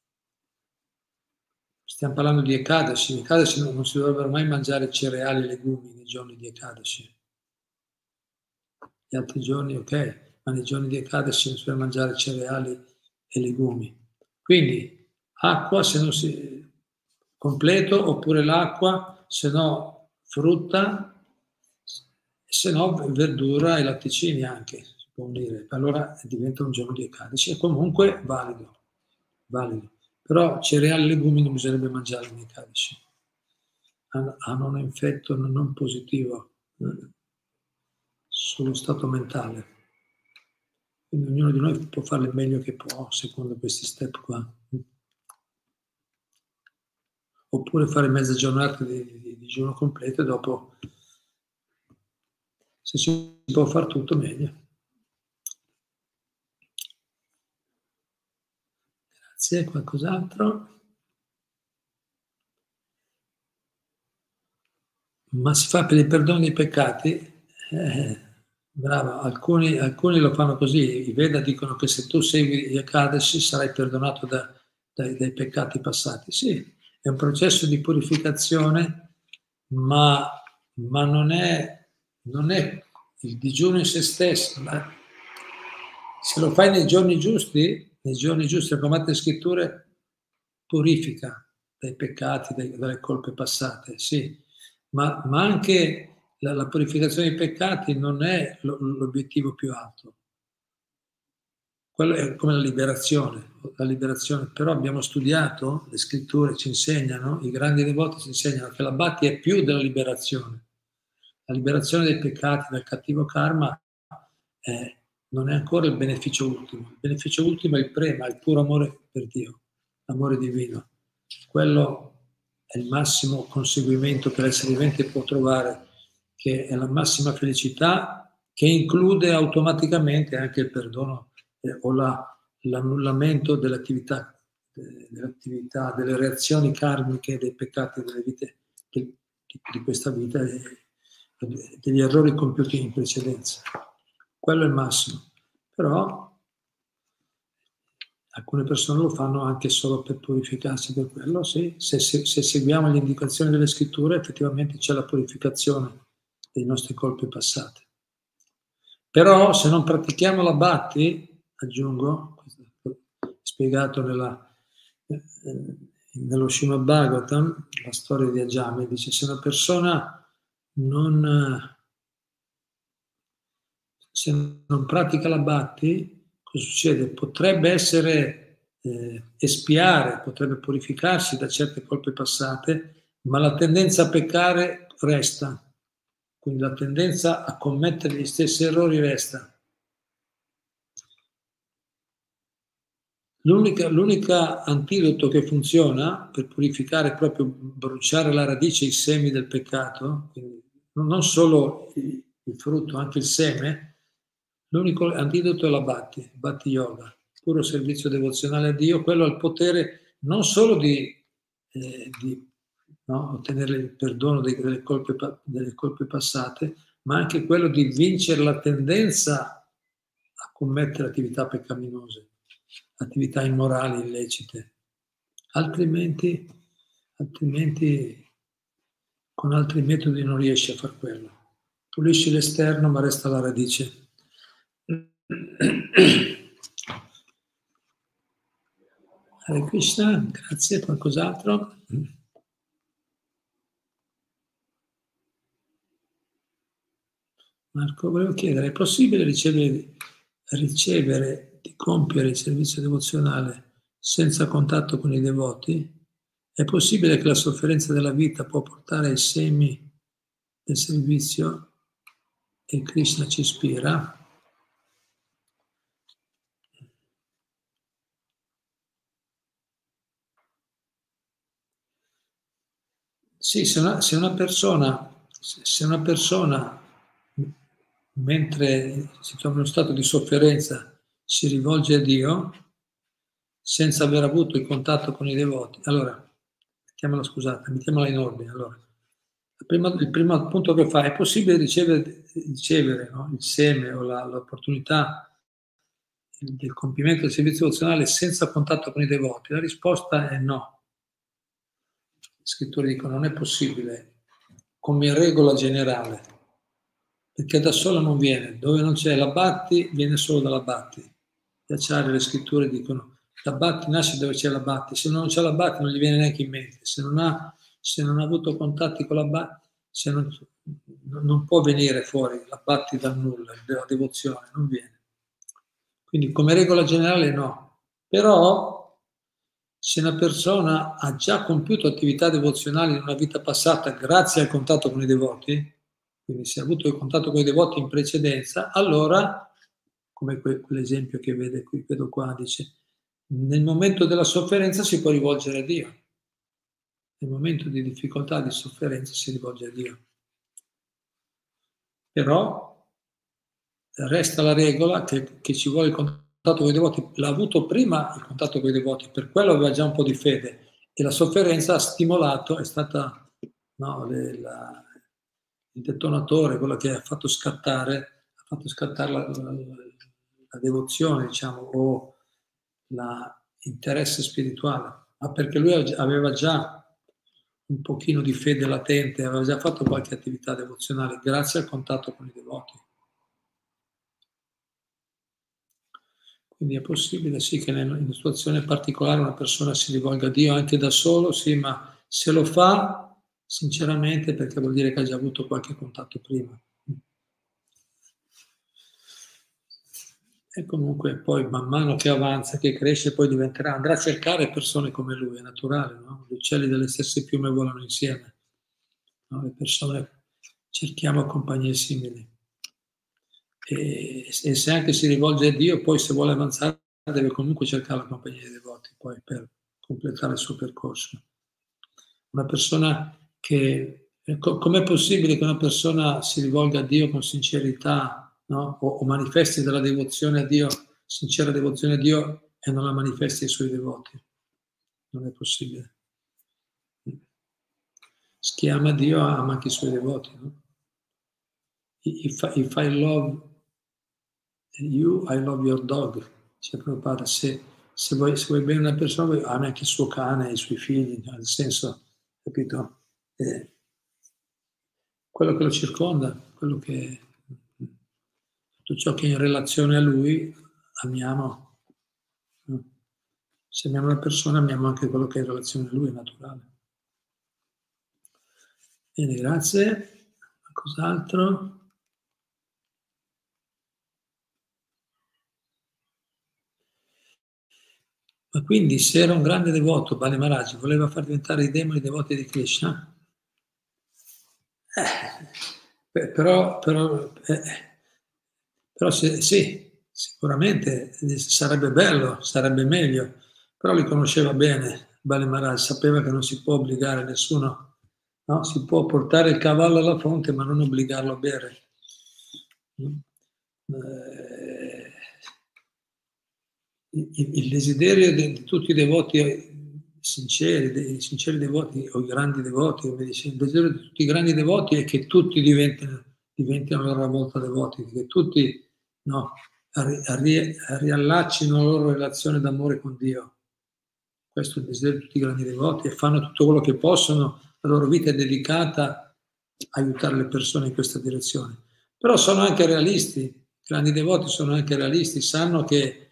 Stiamo parlando di Ekadashi. Ekadashi non si dovrebbero mai mangiare cereali e legumi nei giorni di Ekadashi. Gli altri giorni ok, ma nei giorni di Ekadashi non si deve mangiare cereali e legumi. Quindi acqua, se non si completo, oppure l'acqua, se no frutta, se no verdura e latticini anche, si può unire. Allora diventa un giorno di Ekadashi. È comunque valido. Però cereali e legumi non bisognerebbe mangiare in Ekadashi. Hanno un effetto non positivo sullo stato mentale. Quindi ognuno di noi può fare il meglio che può secondo questi step qua. Oppure fare mezza giornata di digiuno completo e dopo, se si può fare tutto, meglio. Grazie, qualcos'altro? Ma si fa per il perdono dei peccati? Bravo, alcuni lo fanno così. I Veda dicono che se tu segui gli Ekadashi sarai perdonato dai peccati passati. Sì, è un processo di purificazione, ma non è il digiuno in se stesso. Ma se lo fai nei giorni giusti, come le scritture, purifica dai peccati, dalle colpe passate, sì. Ma anche la purificazione dei peccati non è l'obiettivo più alto. Quello è come la liberazione. Però abbiamo studiato, le scritture ci insegnano, i grandi devoti ci insegnano che la bhakti è più della liberazione. La liberazione dei peccati, dal cattivo karma, non è ancora il beneficio ultimo. Il beneficio ultimo è il prema, il puro amore per Dio, l'amore divino. Quello è il massimo conseguimento che l'essere vivente può trovare, che è la massima felicità, che include automaticamente anche il perdono o l'annullamento dell'attività, delle reazioni karmiche, dei peccati delle vite di questa vita e degli errori compiuti in precedenza. Quello è il massimo. Però alcune persone lo fanno anche solo per purificarsi per quello, sì. Se seguiamo le indicazioni delle scritture, effettivamente c'è la purificazione dei nostri colpi passati. Però se non pratichiamo la bhakti, aggiungo, spiegato nello Srimad Bhagavatam, la storia di Ajami, dice se una persona se non pratica la bhakti, cosa succede? Potrebbe essere espiare, potrebbe purificarsi da certe colpe passate, ma la tendenza a peccare resta, quindi la tendenza a commettere gli stessi errori resta. L'unica antidoto che funziona per purificare, proprio bruciare la radice, i semi del peccato, quindi non solo il frutto, anche il seme, l'unico antidoto è la Bhakti Yoga, puro servizio devozionale a Dio, quello ha il potere non solo di ottenere il perdono delle colpe passate, ma anche quello di vincere la tendenza a commettere attività peccaminose, attività immorali, illecite. Altrimenti con altri metodi non riesci a far quello. Pulisci l'esterno, ma resta la radice. Hare Krishna, grazie. Qualcos'altro? Marco, volevo chiedere, è possibile ricevere di compiere il servizio devozionale senza contatto con i devoti? È possibile che la sofferenza della vita può portare ai semi del servizio e Krishna ci ispira? Sì, se una persona mentre si trova in uno stato di sofferenza si rivolge a Dio senza aver avuto il contatto con i devoti, allora, mettiamola in ordine. Allora, il primo punto che fa, è possibile ricevere no, il seme o l'opportunità del compimento del servizio devozionale senza contatto con i devoti? La risposta è no. Le scritture dicono non è possibile come regola generale, perché da sola non viene, dove non c'è la Bhakti viene solo dalla Bhakti. Gli acciari, le scritture dicono la Bhakti nasce dove c'è la Bhakti, se non c'è la Bhakti non gli viene neanche in mente, se non ha avuto contatti con la Bhakti, non può venire fuori la Bhakti dal nulla, la devozione, non viene. Quindi come regola generale no, però se una persona ha già compiuto attività devozionali in una vita passata grazie al contatto con i devoti, quindi se ha avuto il contatto con i devoti in precedenza, allora, come quell'esempio che vedo qua, dice, nel momento della sofferenza si può rivolgere a Dio. Nel momento di difficoltà, di sofferenza si rivolge a Dio. Però resta la regola che ci vuole il contatto con i devoti. L'ha avuto prima il contatto con i devoti, per quello aveva già un po' di fede e la sofferenza ha stimolato, è stata il detonatore, quello che ha fatto scattare la devozione, diciamo, o l'interesse spirituale, ma perché lui aveva già un pochino di fede latente, aveva già fatto qualche attività devozionale grazie al contatto con i devoti. Quindi è possibile sì che in una situazione particolare una persona si rivolga a Dio anche da solo, sì, ma se lo fa sinceramente perché vuol dire che ha già avuto qualche contatto prima. E comunque poi man mano che avanza, che cresce, poi andrà a cercare persone come lui, è naturale, no? Gli uccelli delle stesse piume volano insieme, no? Le persone cerchiamo compagnie simili. E se anche si rivolge a Dio, poi se vuole avanzare deve comunque cercare la compagnia dei devoti poi per completare il suo percorso. Una persona com'è possibile che una persona si rivolga a Dio con sincerità, no? o manifesti della devozione a Dio, sincera devozione a Dio e non la manifesti ai suoi devoti? Non è possibile. Chi ama Dio ama anche i suoi devoti, no? If I love you, I love your dog. Cioè, Prabhupada, se vuoi bene una persona, ama anche il suo cane, i suoi figli, nel senso, capito? Quello che lo circonda, tutto ciò che è in relazione a lui, amiamo. Se amiamo la persona, amiamo anche quello che è in relazione a lui, è naturale. Bene, grazie. Cos'altro? Ma quindi se era un grande devoto, Bali Maharaj, voleva far diventare i demoni devoti di Krishna? Però sì, sicuramente sarebbe bello, sarebbe meglio, però li conosceva bene, Bali Maharaj, sapeva che non si può obbligare nessuno, no? Si può portare il cavallo alla fonte ma non obbligarlo a bere. Il desiderio di tutti i devoti sinceri, dei sinceri devoti o i grandi devoti, come dice, il desiderio di tutti i grandi devoti è che tutti diventino a loro volta devoti, che tutti no, riallaccino la loro relazione d'amore con Dio. Questo è il desiderio di tutti i grandi devoti e fanno tutto quello che possono, la loro vita è dedicata a aiutare le persone in questa direzione. Però sono anche realisti, i grandi devoti sono anche realisti, sanno che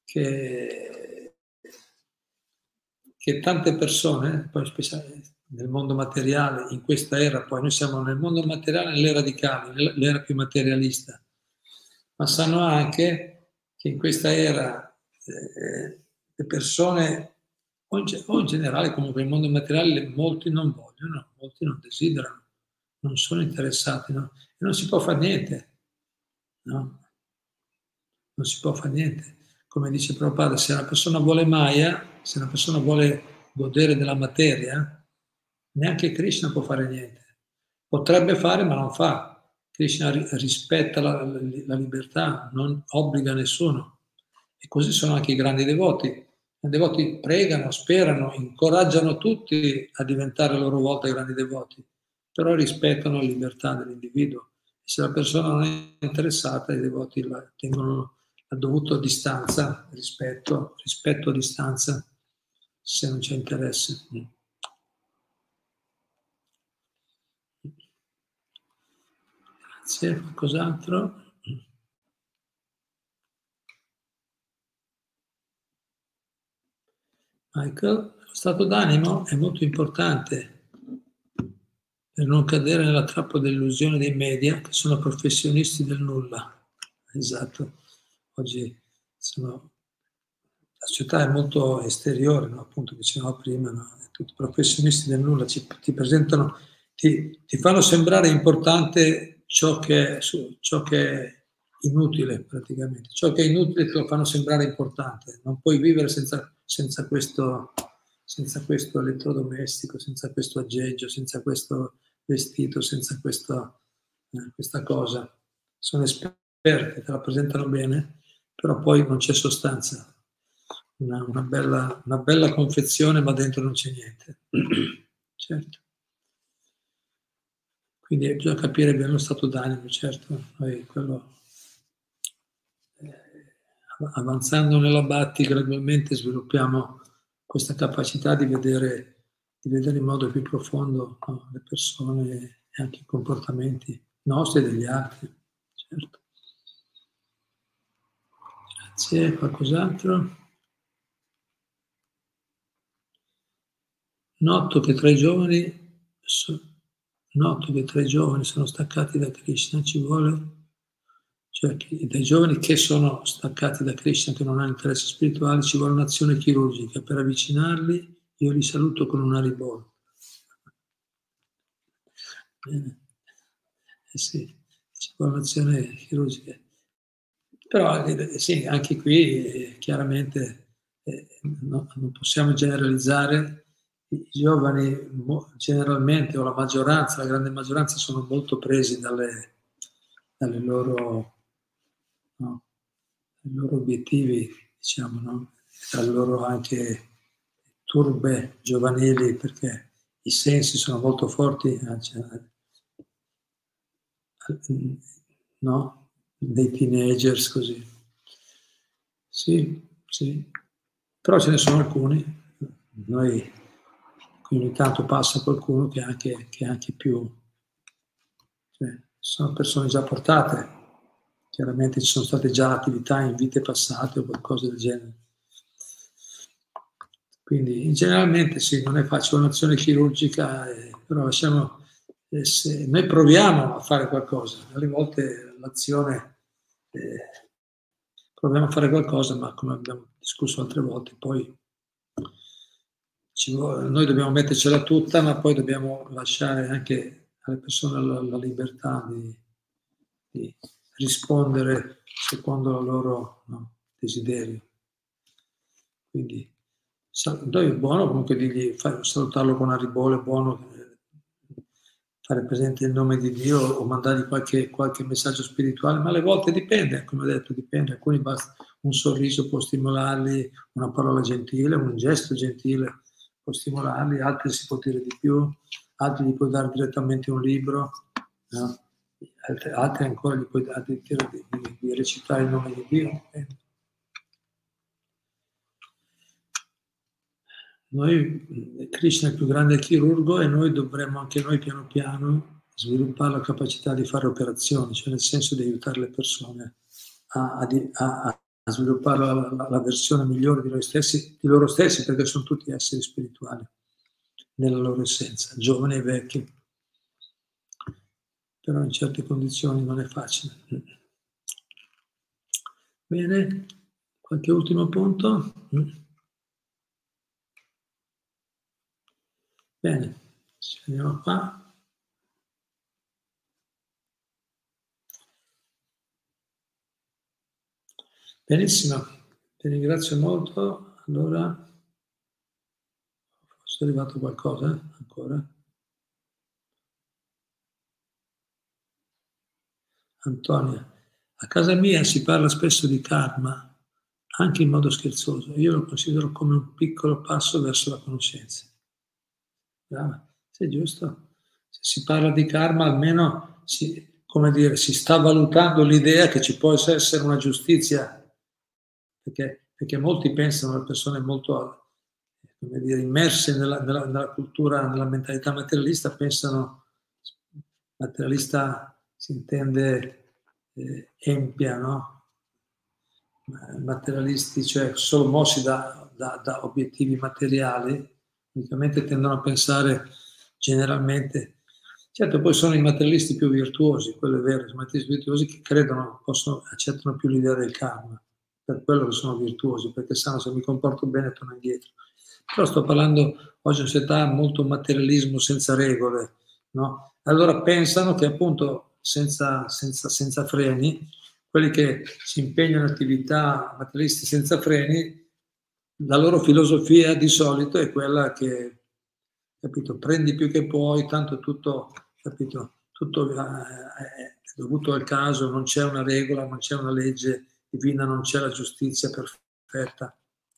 tante persone, poi specialmente nel mondo materiale, in questa era, poi noi siamo nel mondo materiale, nell'era di Kali, l'era più materialista, ma sanno anche che in questa era le persone, o in generale comunque nel mondo materiale, molti non vogliono, molti non desiderano, non sono interessati, no? E non si può fare niente, no? Non si può fare niente. Come dice Prabhupada, se una persona vuole Maya, se una persona vuole godere della materia, neanche Krishna può fare niente. Potrebbe fare, ma non fa. Krishna rispetta la libertà, non obbliga nessuno. E così sono anche i grandi devoti. I devoti pregano, sperano, incoraggiano tutti a diventare a loro volta grandi devoti, però rispettano la libertà dell'individuo. E se la persona non è interessata, i devoti la tengono a dovuto distanza, rispetto a distanza, se non c'è interesse. Grazie, qualcos'altro? Michael, lo stato d'animo è molto importante per non cadere nella trappola dell'illusione dei media che sono professionisti del nulla. Esatto, oggi la società è molto esteriore, no? Appunto dicevamo prima, no? Tutti professionisti del nulla ti presentano, ti fanno sembrare importante ciò che è inutile praticamente, ciò che è inutile te lo fanno sembrare importante, non puoi vivere senza questo elettrodomestico, senza questo aggeggio, senza questo vestito, senza questa cosa. Sono esperti, te la presentano bene, però poi non c'è sostanza. Una bella confezione, ma dentro non c'è niente. Certo. Quindi bisogna capire bene lo stato d'animo, certo. Noi avanzando nella Bhakti gradualmente sviluppiamo questa capacità di vedere in modo più profondo, no, le persone e anche i comportamenti nostri e degli altri. Certo. Grazie, qualcos'altro? Noto che tra i giovani sono staccati da Krishna, ci vuole, cioè dai giovani che sono staccati da Krishna, che non hanno interessi spirituali, ci vuole un'azione chirurgica per avvicinarli. Io li saluto con un Haribol. Bene. Sì, ci vuole un'azione chirurgica. Però sì, anche qui chiaramente non possiamo generalizzare. I giovani generalmente, o la grande maggioranza, sono molto presi dalle loro, no, dai loro obiettivi, diciamo, no? Dalle loro anche turbe giovanili, perché i sensi sono molto forti, no? Dei teenagers così. Sì, sì. Però ce ne sono alcuni. Noi qui ogni tanto passa qualcuno che è anche più. Cioè, sono persone già portate. Chiaramente ci sono state già attività in vite passate o qualcosa del genere. Quindi generalmente sì, non è facile un'azione chirurgica, però lasciamo, se noi proviamo a fare qualcosa, alle volte l'azione, proviamo a fare qualcosa, ma come abbiamo discusso altre volte, poi noi dobbiamo mettercela tutta, ma poi dobbiamo lasciare anche alle persone la libertà di rispondere secondo la loro, no, desiderio. Quindi è buono comunque salutarlo con Aribole, è buono fare presente il nome di Dio o mandargli qualche messaggio spirituale, ma alle volte dipende, come ho detto, dipende. Alcuni basta un sorriso può stimolarli, una parola gentile, un gesto gentile può stimolarli, altri si può dire di più, altri gli puoi dare direttamente un libro, no? Altri ancora gli puoi dare di recitare il nome di Dio. Noi, Krishna è il più grande chirurgo e noi dovremmo anche noi piano piano sviluppare la capacità di fare operazioni, cioè nel senso di aiutare le persone a sviluppare la versione migliore di loro stessi, perché sono tutti esseri spirituali nella loro essenza, giovani e vecchi. Però in certe condizioni non è facile. Bene, qualche ultimo punto? Bene, andiamo qua. Benissimo, ti ringrazio molto. Allora, forse è arrivato qualcosa ancora? Antonia, a casa mia si parla spesso di karma, anche in modo scherzoso. Io lo considero come un piccolo passo verso la conoscenza. Brava, sì, giusto. Se si parla di karma, almeno come dire, si sta valutando l'idea che ci può essere una giustizia, perché molti pensano, le persone molto, come dire, immerse nella cultura, nella mentalità materialista, pensano, materialista si intende empia, no? Materialisti, cioè solo mossi da obiettivi materiali, unicamente tendono a pensare generalmente. Certo, poi sono i materialisti più virtuosi, quello è vero, i materialisti virtuosi che credono, accettano più l'idea del karma, per quello che sono virtuosi, perché sanno se mi comporto bene torno indietro. Però sto parlando oggi in una società molto materialismo senza regole, no? Allora pensano che appunto senza freni, quelli che si impegnano in attività materialiste senza freni, la loro filosofia di solito è quella che, capito, prendi più che puoi, tanto tutto, capito, tutto è dovuto al caso, non c'è una regola, non c'è una legge divina, non c'è la giustizia perfetta.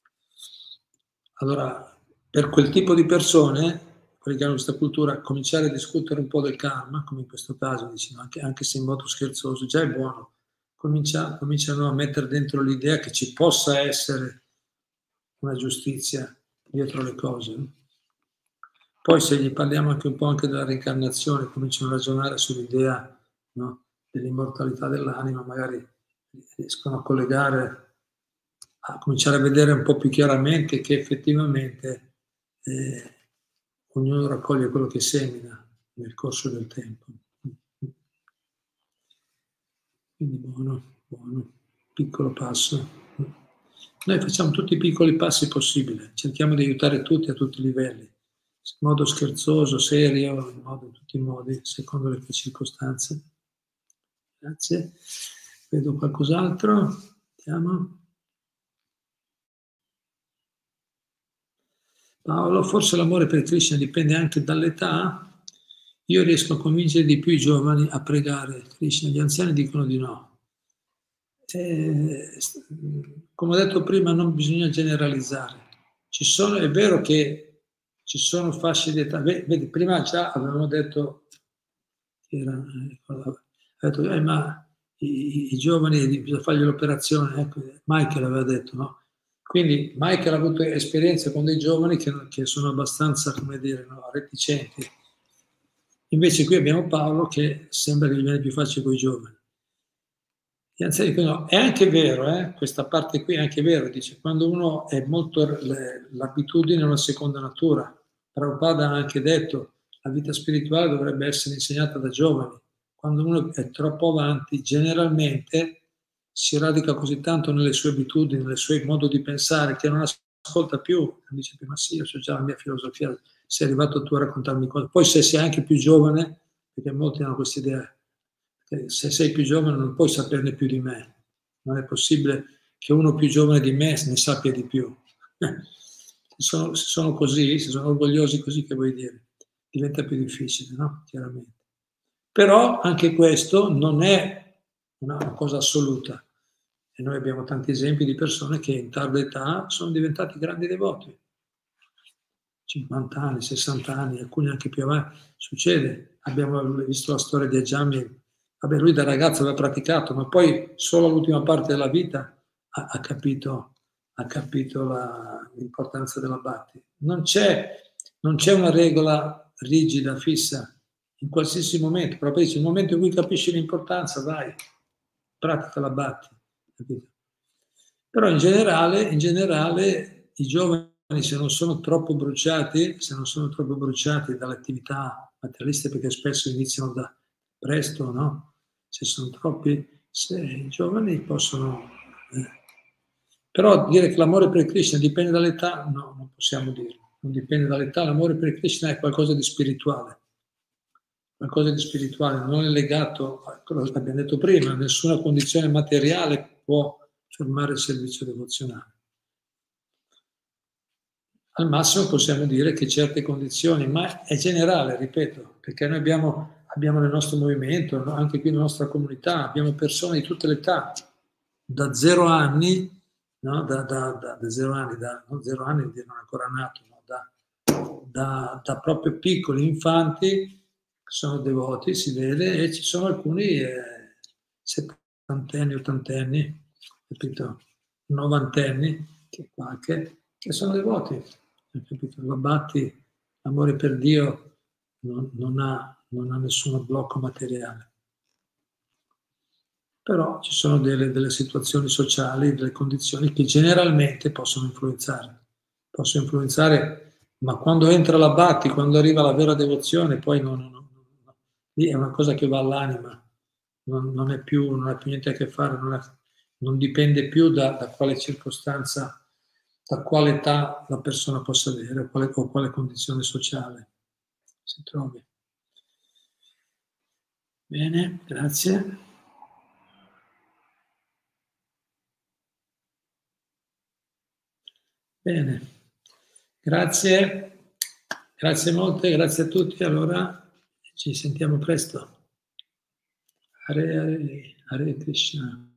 Allora, per quel tipo di persone, quelli che hanno questa cultura, cominciare a discutere un po' del karma, come in questo caso, diciamo, anche se in modo scherzoso, già è buono. Cominciano a mettere dentro l'idea che ci possa essere una giustizia dietro le cose. Poi se gli parliamo anche un po' anche della reincarnazione, cominciano a ragionare sull'idea, no, dell'immortalità dell'anima, magari riescono a collegare, a cominciare a vedere un po' più chiaramente che effettivamente ognuno raccoglie quello che semina nel corso del tempo. Quindi buono, piccolo passo. Noi facciamo tutti i piccoli passi possibili, cerchiamo di aiutare tutti a tutti i livelli, in modo scherzoso, serio, in tutti i modi, secondo le circostanze. Grazie. Vedo qualcos'altro? Vediamo. Paolo, forse l'amore per Krishna dipende anche dall'età? Io riesco a convincere di più i giovani a pregare Krishna, gli anziani dicono di no. Come ho detto prima, non bisogna generalizzare. È vero che ci sono fasce di età. Vedi, prima già avevamo detto, ma i giovani bisogna fargli l'operazione, ecco, Michael aveva detto, no? Quindi Michael ha avuto esperienze con dei giovani che sono abbastanza, come dire, no, reticenti. Invece qui abbiamo Paolo che sembra che gli viene più facile con i giovani. Gli anziani dicono, è anche vero, questa parte qui è anche vero, dice, quando uno è molto, l'abitudine è una seconda natura. Prabhupada ha anche detto, la vita spirituale dovrebbe essere insegnata da giovani. Quando uno è troppo avanti, generalmente si radica così tanto nelle sue abitudini, nel suo modo di pensare, che non ascolta più. Dice, ma sì, io so già la mia filosofia, sei arrivato tu a raccontarmi cose. Poi se sei anche più giovane, perché molti hanno questa idea, che se sei più giovane non puoi saperne più di me. Non è possibile che uno più giovane di me ne sappia di più. Se sono così, se sono orgogliosi così, che vuoi dire? Diventa più difficile, no? Chiaramente. Però anche questo non è una cosa assoluta. E noi abbiamo tanti esempi di persone che in tarda età sono diventati grandi devoti. 50 anni, 60 anni, alcuni anche più avanti. Succede. Abbiamo visto la storia di Ajami. Vabbè, lui da ragazzo aveva praticato, ma poi solo all'ultima parte della vita ha capito l'importanza della Bhakti. Non c'è una regola rigida, fissa, in qualsiasi momento. Proprio dice, nel momento in cui capisci l'importanza, vai, pratica la Bhakti. Capito? Però in generale i giovani, se non sono troppo bruciati dalle attività materialiste, perché spesso iniziano da presto, no? Se sono troppi, se i giovani possono... Però dire che l'amore per Krishna dipende dall'età, no, non possiamo dirlo. Non dipende dall'età, l'amore per Krishna è qualcosa di spirituale. Qualcosa di spirituale, non è legato a quello che abbiamo detto prima, nessuna condizione materiale può fermare il servizio devozionale. Al massimo possiamo dire che certe condizioni, ma è generale, ripeto, perché noi abbiamo nel nostro movimento, anche qui nella nostra comunità, abbiamo persone di tutte le età, da 0 anni, no? Da 0 anni, non 0 anni di non ancora nato, no? Da proprio piccoli infanti, sono devoti, si vede, e ci sono alcuni settantenni, ottantenni, capito? Novantenni, che sono devoti, capito? La Bhakti, l'amore per Dio non ha nessun blocco materiale. Però ci sono delle situazioni sociali, delle condizioni che generalmente possono influenzare, ma quando entra la Bhakti, quando arriva la vera devozione, poi lì è una cosa che va all'anima, non ha più niente a che fare, non dipende più da quale circostanza, da quale età la persona possa avere o quale condizione sociale si trovi. Bene, grazie. Bene, grazie molte, grazie a tutti. Allora ci sentiamo presto. Hare Krishna.